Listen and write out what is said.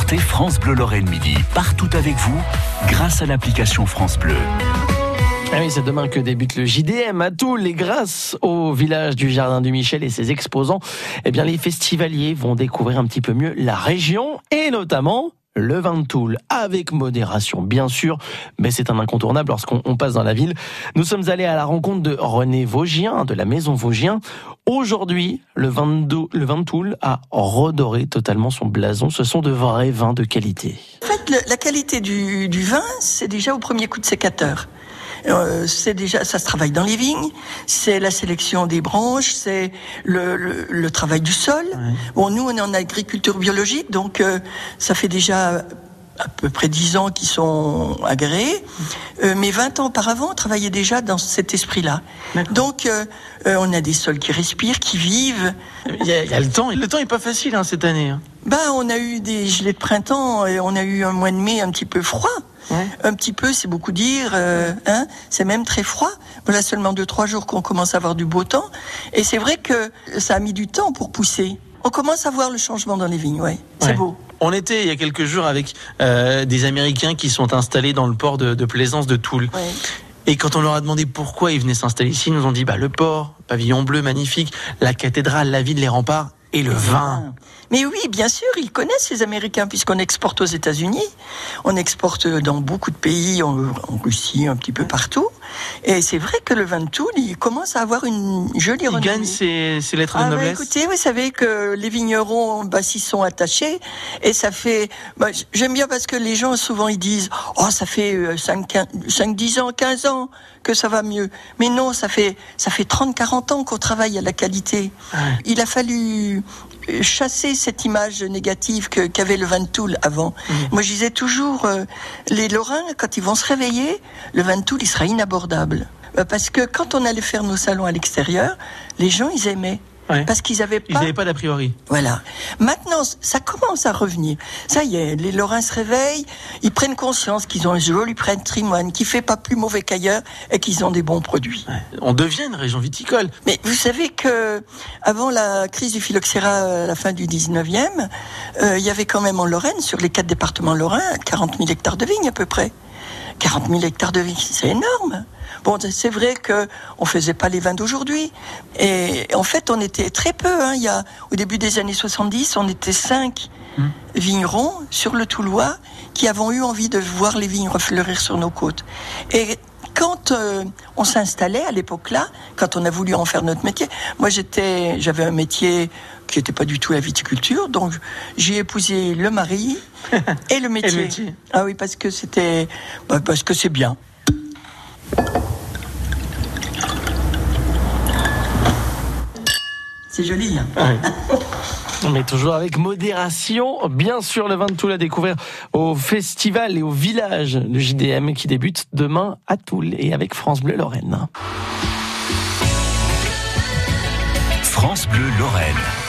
Écoutez France Bleu Lorraine Midi, partout avec vous, grâce à l'application France Bleu. Ah oui, c'est demain que débute le JDM à Toul et grâce au village du Jardin du Michel et ses exposants, eh bien les festivaliers vont découvrir un petit peu mieux la région et notamment le vin de Toul, avec modération bien sûr, mais c'est un incontournable lorsqu'on passe dans la ville. Nous sommes allés à la rencontre de René Vaugien, de la Maison Vaugien. Aujourd'hui, le vin de Toul a redoré totalement son blason. Ce sont de vrais vins de qualité. En fait, la qualité du vin, c'est déjà au premier coup de sécateur. C'est déjà, ça se travaille dans les vignes, c'est la sélection des branches, c'est le travail du sol. Ouais. Bon, nous, on est en agriculture biologique, donc ça fait déjà à peu près 10 ans qu'ils sont agréés. Mais 20 ans auparavant, on travaillait déjà dans cet esprit-là. D'accord. Donc, on a des sols qui respirent, qui vivent. Il y a le temps. Le temps est pas facile cette année. On a eu des gelées de printemps et on a eu un mois de mai un petit peu froid. Ouais. Un petit peu, c'est beaucoup dire, c'est même très froid. Voilà seulement 2-3 jours qu'on commence à avoir du beau temps. Et c'est vrai que ça a mis du temps pour pousser. On commence à voir le changement dans les vignes, c'est beau. On était il y a quelques jours avec des Américains qui sont installés dans le port de Plaisance de Toul. Ouais. Et quand on leur a demandé pourquoi ils venaient s'installer ici, ils nous ont dit le port, pavillon bleu magnifique, la cathédrale, la ville, les remparts et le vin. Mais oui, bien sûr, ils connaissent les Américains puisqu'on exporte aux États-Unis, on exporte dans beaucoup de pays, en Russie, un petit peu partout. Et c'est vrai que le vin de Toul, il commence à avoir une jolie renommée. Il gagne ses lettres de noblesse. Écoutez, vous savez que les vignerons s'y sont attachés et ça fait... j'aime bien parce que les gens souvent ils disent « Oh, ça fait 5-10 ans, 15 ans que ça va mieux ». Mais non, ça fait 30-40 ans qu'on travaille à la qualité. Ouais. Il a fallu chasser cette image négative qu'avait le vin de Toul avant. Moi, je disais toujours, les Lorrains, quand ils vont se réveiller, le vin de Toul, il sera inabordable. Parce que quand on allait faire nos salons à l'extérieur, les gens, ils aimaient. Ouais. Parce qu'ils n'avaient pas d'a priori. Voilà. Maintenant, ça commence à revenir. Ça y est, les Lorrains se réveillent, ils prennent conscience qu'ils ont un joli patrimoine qui fait pas plus mauvais qu'ailleurs et qu'ils ont des bons produits. Ouais. On devient une région viticole. Mais vous savez que avant la crise du phylloxéra à la fin du 19e, il y avait quand même en Lorraine, sur les 4 départements lorrains, 40 000 hectares de vignes à peu près. 40 000 hectares de vignes, c'est énorme. Bon, c'est vrai qu'on faisait pas les vins d'aujourd'hui. Et en fait, on était très peu. Au début des années 70, on était 5 vignerons sur le Toulois qui avons eu envie de voir les vignes refleurir sur nos côtes. Et quand on s'installait à l'époque-là, quand on a voulu en faire notre métier, moi j'avais un métier qui n'était pas du tout la viticulture, donc j'ai épousé le mari et le métier. Et le métier. Ah oui, parce que c'est bien. C'est joli. Mais toujours avec modération. Bien sûr, le vin de Toul à découvrir au festival et au village de JDM qui débute demain à Toul et avec France Bleu Lorraine. France Bleu Lorraine.